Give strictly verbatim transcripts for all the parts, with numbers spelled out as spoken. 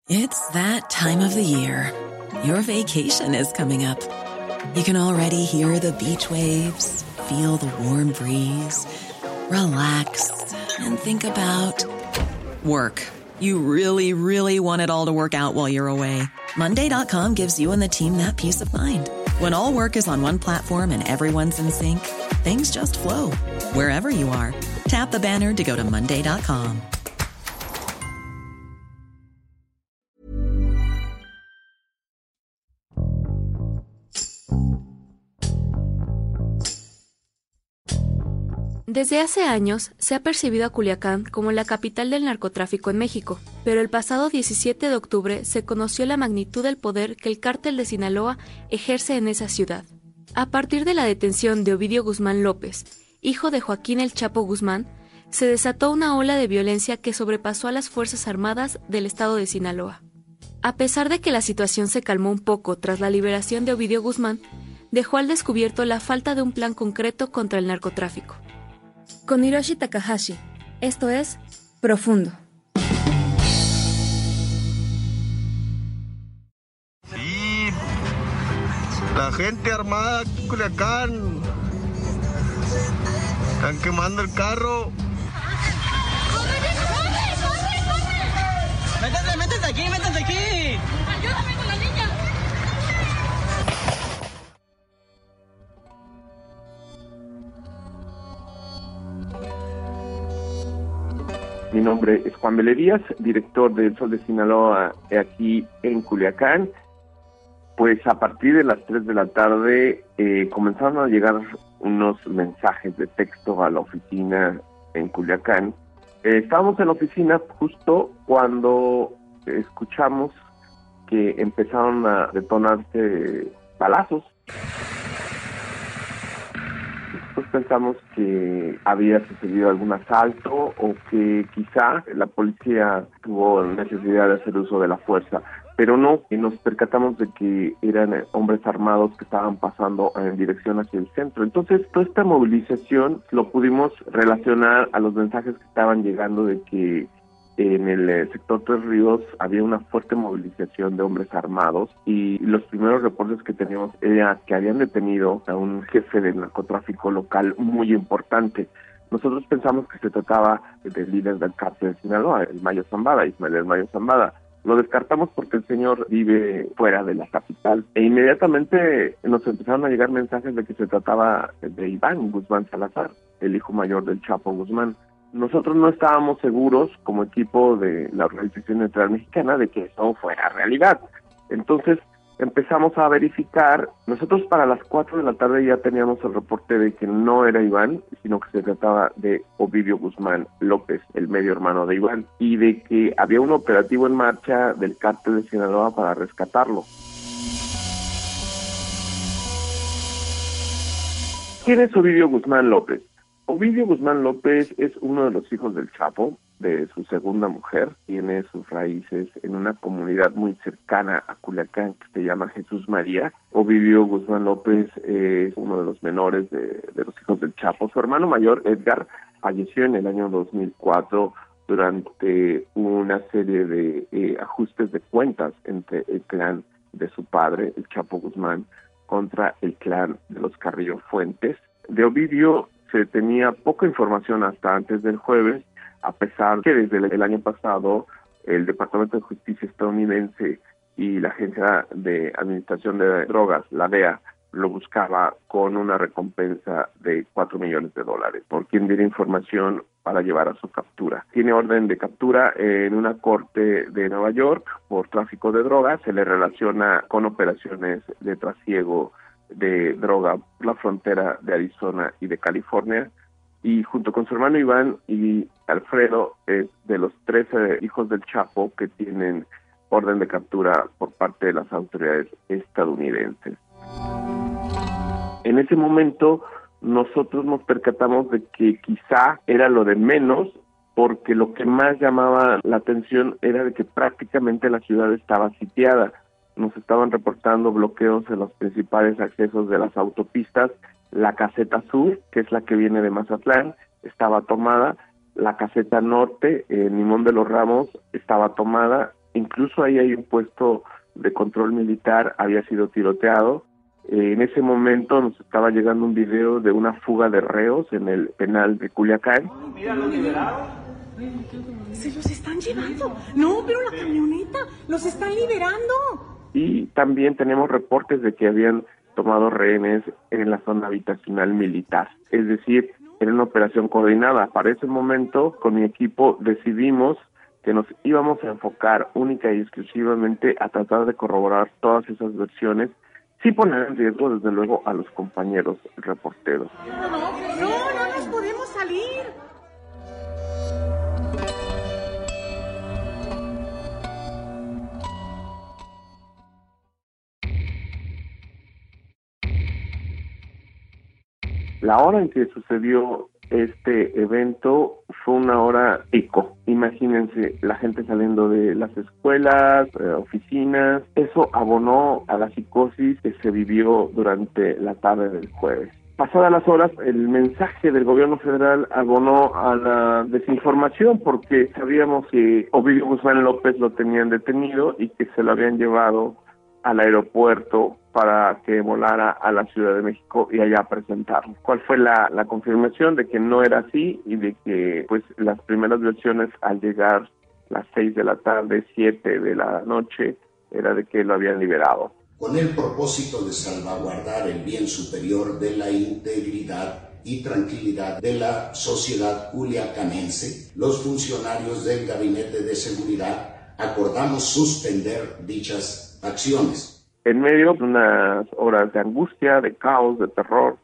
It's that time of the year. Your vacation is coming up. You can already hear the beach waves, feel the warm breeze, relax, and think about work. You really, really want it all to work out while you're away. Monday dot com gives you and the team that peace of mind. When all work is on one platform and everyone's in sync, things just flow. Wherever you are, tap the banner to go to Monday dot com. Desde hace años se ha percibido a Culiacán como la capital del narcotráfico en México, pero el pasado diecisiete de octubre se conoció la magnitud del poder que el cártel de Sinaloa ejerce en esa ciudad. A partir de la detención de Ovidio Guzmán López, hijo de Joaquín El Chapo Guzmán, se desató una ola de violencia que sobrepasó a las Fuerzas Armadas del estado de Sinaloa. A pesar de que la situación se calmó un poco tras la liberación de Ovidio Guzmán, dejó al descubierto la falta de un plan concreto contra el narcotráfico. Con Hiroshi Takahashi, esto es Profundo. Sí, la gente armada en Culiacán están quemando el carro. ¡Métanse, métanse aquí, métanse aquí! ¡Ayúdame con la niña! Mi nombre es Juan Velerías, director del Sol de Sinaloa aquí en Culiacán. Pues a partir de las tres de la tarde eh, comenzaron a llegar unos mensajes de texto a la oficina en Culiacán. Eh, estábamos en la oficina justo cuando escuchamos que empezaron a detonarse balazos. Nosotros pensamos que había sucedido algún asalto o que quizá la policía tuvo necesidad de hacer uso de la fuerza, pero no, y nos percatamos de que eran hombres armados que estaban pasando en dirección hacia el centro. Entonces, toda esta movilización lo pudimos relacionar a los mensajes que estaban llegando de que en el sector Tres Ríos había una fuerte movilización de hombres armados y los primeros reportes que teníamos era que habían detenido a un jefe del narcotráfico local muy importante. Nosotros pensamos que se trataba del líder del cártel de Sinaloa, el Mayo Zambada, Ismael El Mayo Zambada. Lo descartamos porque el señor vive fuera de la capital e inmediatamente nos empezaron a llegar mensajes de que se trataba de Iván Guzmán Salazar, el hijo mayor del Chapo Guzmán. Nosotros no estábamos seguros como equipo de la Organización Neutral Mexicana de que eso fuera realidad. Entonces empezamos a verificar. Nosotros para las cuatro de la tarde ya teníamos el reporte de que no era Iván, sino que se trataba de Ovidio Guzmán López, el medio hermano de Iván, y de que había un operativo en marcha del cártel de Sinaloa para rescatarlo. ¿Quién es Ovidio Guzmán López? Ovidio Guzmán López es uno de los hijos del Chapo, de su segunda mujer. Tiene sus raíces en una comunidad muy cercana a Culiacán que se llama Jesús María. Ovidio Guzmán López es uno de los menores de, de los hijos del Chapo. Su hermano mayor, Edgar, falleció en el año dos mil cuatro durante una serie de eh, ajustes de cuentas entre el clan de su padre, el Chapo Guzmán, contra el clan de los Carrillo Fuentes. De Ovidio se tenía poca información hasta antes del jueves, a pesar que desde el año pasado el Departamento de Justicia estadounidense y la Agencia de Administración de Drogas, la D E A, lo buscaba con una recompensa de cuatro millones de dólares por quien diera información para llevar a su captura. Tiene orden de captura en una corte de Nueva York por tráfico de drogas. Se le relaciona con operaciones de trasiego de droga por la frontera de Arizona y de California, y junto con su hermano Iván y Alfredo es de los trece hijos del Chapo que tienen orden de captura por parte de las autoridades estadounidenses. En ese momento nosotros nos percatamos de que quizá era lo de menos, porque lo que más llamaba la atención era de que prácticamente la ciudad estaba sitiada. Nos estaban reportando bloqueos en los principales accesos de las autopistas. La caseta sur, que es la que viene de Mazatlán, estaba tomada. La caseta norte, en Limón de los Ramos, estaba tomada. incluso ahí hay un puesto de control militar, había sido tiroteado. Eh, en ese momento nos estaba llegando un video de una fuga de reos en el penal de Culiacán. Mira, los liberaron. Se los están llevando. No, pero la camioneta, los están liberando. Y también tenemos reportes de que habían tomado rehenes en la zona habitacional militar. Es decir, era una operación coordinada. Para ese momento, con mi equipo, decidimos que nos íbamos a enfocar única y exclusivamente a tratar de corroborar todas esas versiones, sin poner en riesgo, desde luego, a los compañeros reporteros. No, no, no nos podemos salir. La hora en que sucedió este evento fue una hora pico. Imagínense, la gente saliendo de las escuelas, eh, oficinas. Eso abonó a la psicosis que se vivió durante la tarde del jueves. Pasadas las horas, el mensaje del gobierno federal abonó a la desinformación, porque sabíamos que Ovidio Guzmán López lo tenían detenido y que se lo habían llevado al aeropuerto para que volara a la Ciudad de México y allá presentarlo. ¿Cuál fue la, la confirmación de que no era así y de que pues las primeras versiones al llegar las seis de la tarde, siete de la noche, era de que lo habían liberado? Con el propósito de salvaguardar el bien superior de la integridad y tranquilidad de la sociedad culiacanense, los funcionarios del Gabinete de Seguridad acordamos suspender dichas acciones. En medio de unas horas de angustia, de caos, de terror,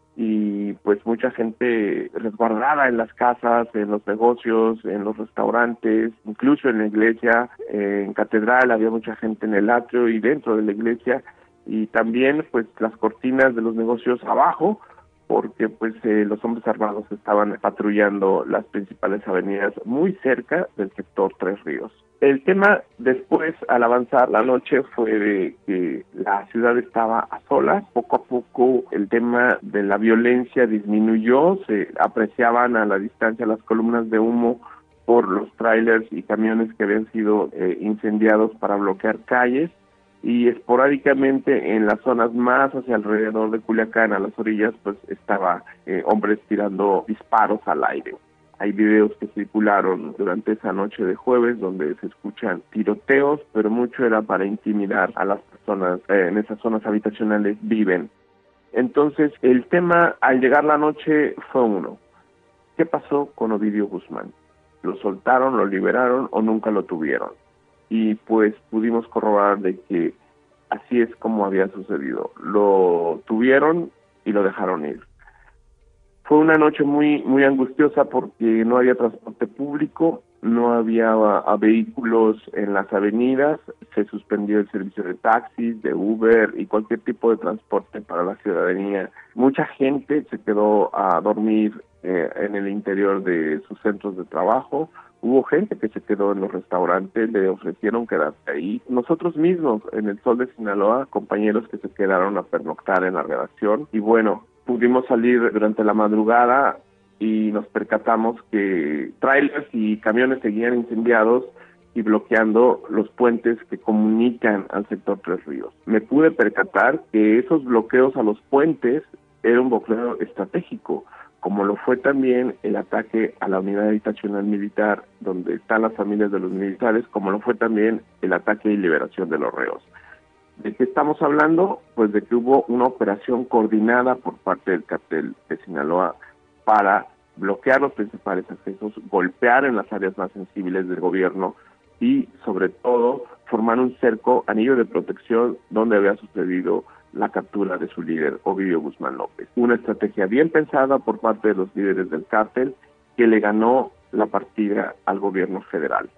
y pues mucha gente resguardada en las casas, en los negocios, en los restaurantes, incluso en la iglesia, en catedral había mucha gente en el atrio y dentro de la iglesia, y también pues las cortinas de los negocios abajo, porque pues eh, los hombres armados estaban patrullando las principales avenidas muy cerca del sector Tres Ríos. El tema después, al avanzar la noche, fue de que la ciudad estaba a solas. Poco a poco el tema de la violencia disminuyó, se apreciaban a la distancia las columnas de humo por los tráilers y camiones que habían sido eh, incendiados para bloquear calles, y esporádicamente en las zonas más hacia alrededor de Culiacán, a las orillas, pues estaba eh, hombres tirando disparos al aire. Hay videos que circularon durante esa noche de jueves donde se escuchan tiroteos, pero mucho era para intimidar a las personas eh, en esas zonas habitacionales viven. Entonces, el tema al llegar la noche fue uno: ¿qué pasó con Ovidio Guzmán? ¿Lo soltaron, lo liberaron o nunca lo tuvieron? Y pues pudimos corroborar de que así es como había sucedido. Lo tuvieron y lo dejaron ir. Fue una noche muy muy angustiosa porque no había transporte público, no había a, a vehículos en las avenidas, se suspendió el servicio de taxis, de Uber y cualquier tipo de transporte para la ciudadanía. Mucha gente se quedó a dormir eh, en el interior de sus centros de trabajo. Hubo gente que se quedó en los restaurantes, le ofrecieron quedarse ahí. Nosotros mismos, en el Sol de Sinaloa, compañeros que se quedaron a pernoctar en la redacción. Y bueno, pudimos salir durante la madrugada y nos percatamos que trailers y camiones seguían incendiados y bloqueando los puentes que comunican al sector Tres Ríos. Me pude percatar que esos bloqueos a los puentes era un bloqueo estratégico, como lo fue también el ataque a la unidad habitacional militar, donde están las familias de los militares, como lo fue también el ataque y liberación de los reos. ¿De qué estamos hablando? Pues de que hubo una operación coordinada por parte del cártel de Sinaloa para bloquear los principales accesos, golpear en las áreas más sensibles del gobierno y, sobre todo, formar un cerco, anillo de protección donde había sucedido la captura de su líder, Ovidio Guzmán López. Una estrategia bien pensada por parte de los líderes del cártel que le ganó la partida al gobierno federal.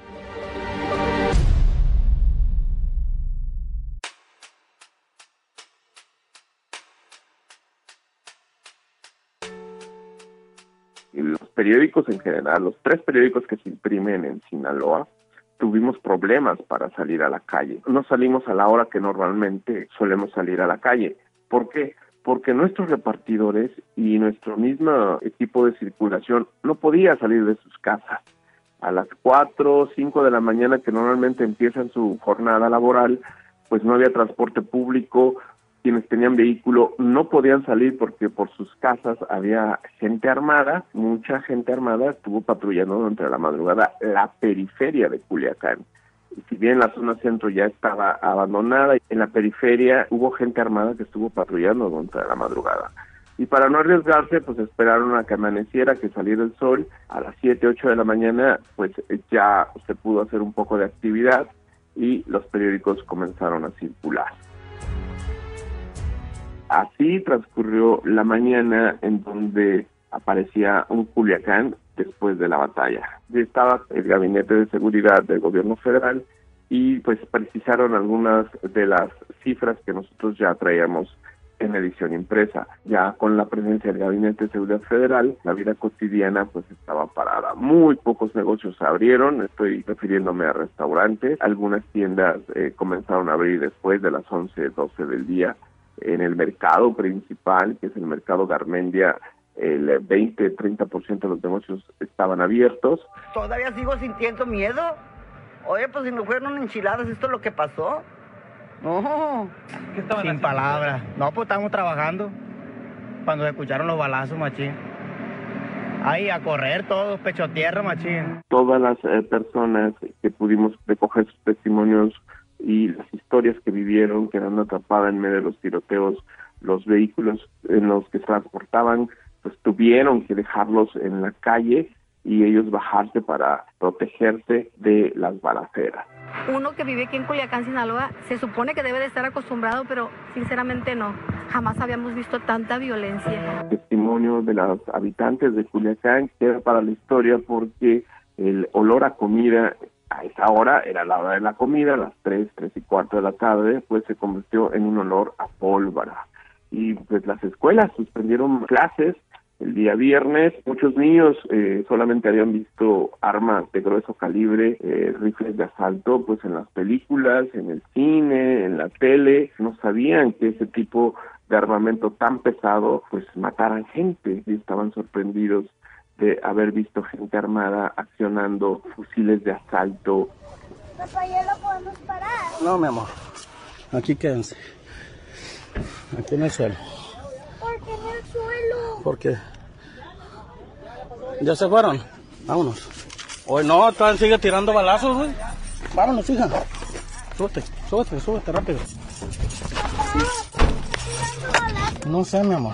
Los periódicos en general, los tres periódicos que se imprimen en Sinaloa, tuvimos problemas para salir a la calle. No salimos a la hora que normalmente solemos salir a la calle. ¿Por qué? Porque nuestros repartidores y nuestro mismo equipo de circulación no podía salir de sus casas. A las cuatro o cinco de la mañana, que normalmente empiezan su jornada laboral, pues no había transporte público, quienes tenían vehículo no podían salir porque por sus casas había gente armada, mucha gente armada estuvo patrullando durante la madrugada la periferia de Culiacán. Y si bien la zona centro ya estaba abandonada, en la periferia hubo gente armada que estuvo patrullando durante la madrugada. Y para no arriesgarse, pues esperaron a que amaneciera, que saliera el sol. A las siete, ocho de la mañana, pues ya se pudo hacer un poco de actividad y los periódicos comenzaron a circular. Así transcurrió la mañana en donde aparecía un Culiacán después de la batalla. Y estaba el Gabinete de Seguridad del Gobierno Federal y pues precisaron algunas de las cifras que nosotros ya traíamos en edición impresa. Ya con la presencia del Gabinete de Seguridad Federal, la vida cotidiana pues estaba parada. Muy pocos negocios se abrieron, estoy refiriéndome a restaurantes. Algunas tiendas eh, comenzaron a abrir después de las once, doce del día. En el mercado principal, que es el mercado Garmendia, el veinte, treinta por ciento de los negocios estaban abiertos. Todavía sigo sintiendo miedo. Oye, pues si no fueron enchiladas, ¿esto es lo que pasó? No, ¿qué estaban sin haciendo? palabras. No, pues estábamos trabajando cuando se escucharon los balazos, machín. Ahí a correr todos, pecho tierra, machín. Todas las eh, personas que pudimos recoger sus testimonios y las historias que vivieron, quedando atrapadas en medio de los tiroteos, los vehículos en los que se transportaban, pues tuvieron que dejarlos en la calle y ellos bajarse para protegerse de las balaceras. Uno que vive aquí en Culiacán, Sinaloa, se supone que debe de estar acostumbrado, pero sinceramente no. Jamás habíamos visto tanta violencia. El testimonio de los habitantes de Culiacán queda para la historia porque el olor a comida a esa hora, era la hora de la comida, a las tres, tres y cuarto de la tarde, pues se convirtió en un olor a pólvora. Y pues las escuelas suspendieron clases el día viernes. Muchos niños eh, solamente habían visto armas de grueso calibre, eh, rifles de asalto, pues en las películas, en el cine, en la tele. No sabían que ese tipo de armamento tan pesado, pues mataran gente, y estaban sorprendidos de haber visto gente armada accionando fusiles de asalto. Papá, ¿ya lo podemos parar? No, mi amor. Aquí quédense. Aquí en el suelo. ¿Por qué en el suelo? Porque ya se fueron. Vámonos. Hoy no, todavía sigue tirando balazos, güey. Vámonos, hija. Súbete, súbete, súbete rápido. Papá, no sé, mi amor.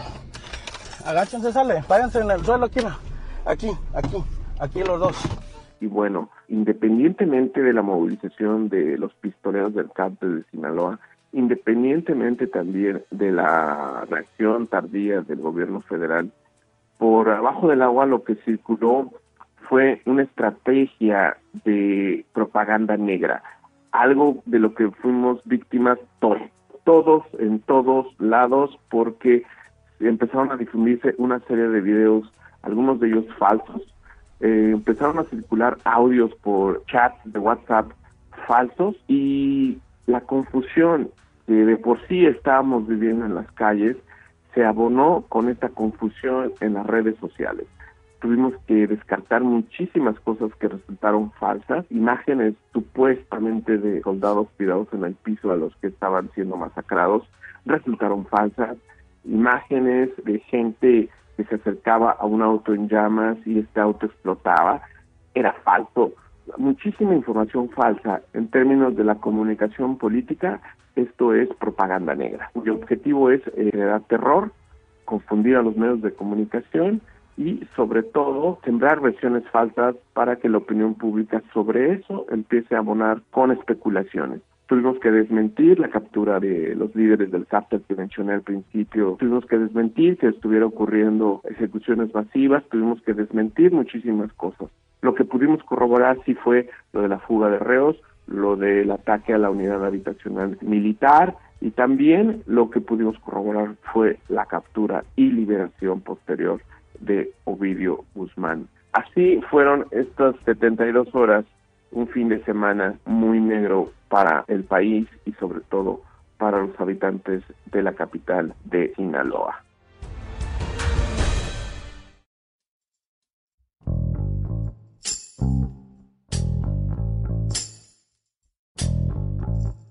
Agáchense, sale. Váyanse en el suelo aquí, aquí, aquí, aquí los dos. Y bueno, independientemente de la movilización de los pistoleros del cártel de Sinaloa, independientemente también de la reacción tardía del gobierno federal, por abajo del agua lo que circuló fue una estrategia de propaganda negra, algo de lo que fuimos víctimas todos, todos en todos lados, porque empezaron a difundirse una serie de videos, algunos de ellos falsos, eh, empezaron a circular audios por chats de WhatsApp falsos, y la confusión que de por sí estábamos viviendo en las calles se abonó con esta confusión en las redes sociales. Tuvimos que descartar muchísimas cosas que resultaron falsas, imágenes supuestamente de soldados tirados en el piso a los que estaban siendo masacrados, resultaron falsas, imágenes de gente que se acercaba a un auto en llamas y este auto explotaba, era falso. Muchísima información falsa en términos de la comunicación política. Esto es propaganda negra, cuyo objetivo es generar terror, confundir a los medios de comunicación y, sobre todo, sembrar versiones falsas para que la opinión pública sobre eso empiece a abonar con especulaciones. Tuvimos que desmentir la captura de los líderes del cártel que mencioné al principio, tuvimos que desmentir que estuviera ocurriendo ejecuciones masivas, tuvimos que desmentir muchísimas cosas. Lo que pudimos corroborar sí fue lo de la fuga de reos, lo del ataque a la unidad habitacional militar, y también lo que pudimos corroborar fue la captura y liberación posterior de Ovidio Guzmán. Así fueron estas setenta y dos horas, un fin de semana muy negro para el país y sobre todo para los habitantes de la capital de Sinaloa.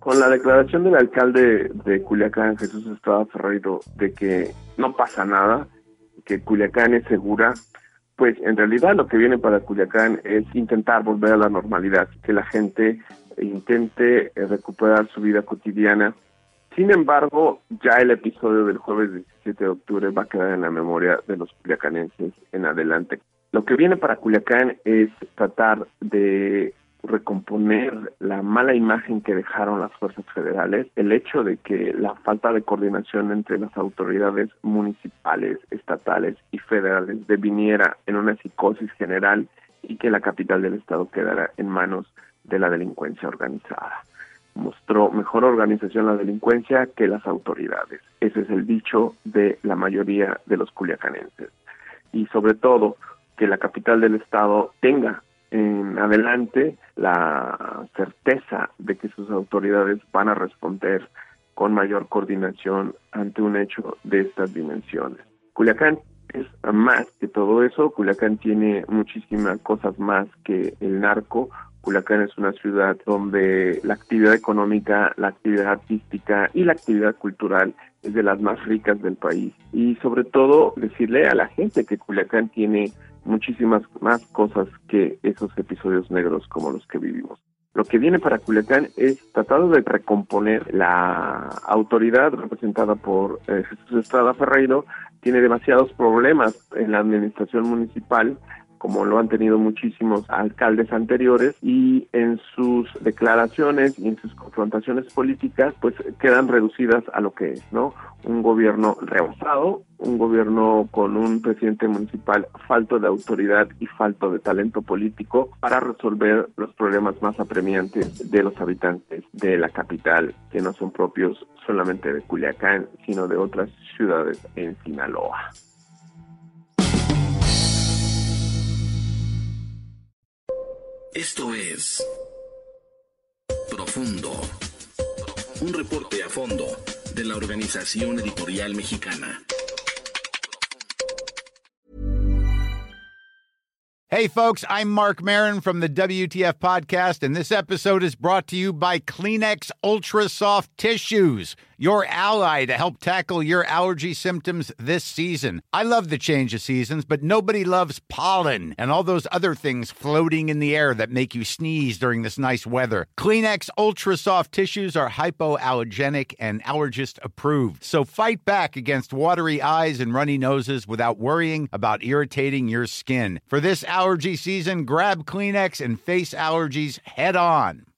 Con la declaración del alcalde de Culiacán, Jesús Estrada Ferreiro, de que no pasa nada, que Culiacán es segura, pues en realidad lo que viene para Culiacán es intentar volver a la normalidad, que la gente intente recuperar su vida cotidiana. Sin embargo, ya el episodio del jueves diecisiete de octubre va a quedar en la memoria de los culiacanenses en adelante. Lo que viene para Culiacán es tratar de recomponer la mala imagen que dejaron las fuerzas federales, el hecho de que la falta de coordinación entre las autoridades municipales, estatales y federales deviniera en una psicosis general y que la capital del estado quedara en manos de la delincuencia organizada. Mostró mejor organización la delincuencia que las autoridades. Ese es el dicho de la mayoría de los culiacanenses. Y sobre todo, que la capital del estado tenga en adelante la certeza de que sus autoridades van a responder con mayor coordinación ante un hecho de estas dimensiones. Culiacán es más que todo eso. Culiacán tiene muchísimas cosas más que el narco. Culiacán es una ciudad donde la actividad económica, la actividad artística y la actividad cultural es de las más ricas del país. Y sobre todo decirle a la gente que Culiacán tiene muchísimas más cosas que esos episodios negros como los que vivimos. Lo que viene para Culiacán es tratar de recomponer la autoridad representada por eh, Jesús Estrada Ferreiro. Tiene demasiados problemas en la administración municipal, como lo han tenido muchísimos alcaldes anteriores, y en sus declaraciones y en sus confrontaciones políticas, pues quedan reducidas a lo que es, ¿no? Un gobierno rebasado, un gobierno con un presidente municipal falto de autoridad y falto de talento político para resolver los problemas más apremiantes de los habitantes de la capital, que no son propios solamente de Culiacán, sino de otras ciudades en Sinaloa. Esto es Profundo, un reporte a fondo de la Organización Editorial Mexicana. Hey folks, I'm Mark Maron from the W T F Podcast, and this episode is brought to you by Kleenex Ultra Soft Tissues, your ally to help tackle your allergy symptoms this season. I love the change of seasons, but nobody loves pollen and all those other things floating in the air that make you sneeze during this nice weather. Kleenex Ultra Soft Tissues are hypoallergenic and allergist approved, so fight back against watery eyes and runny noses without worrying about irritating your skin. For this allergy season, grab Kleenex and face allergies head on.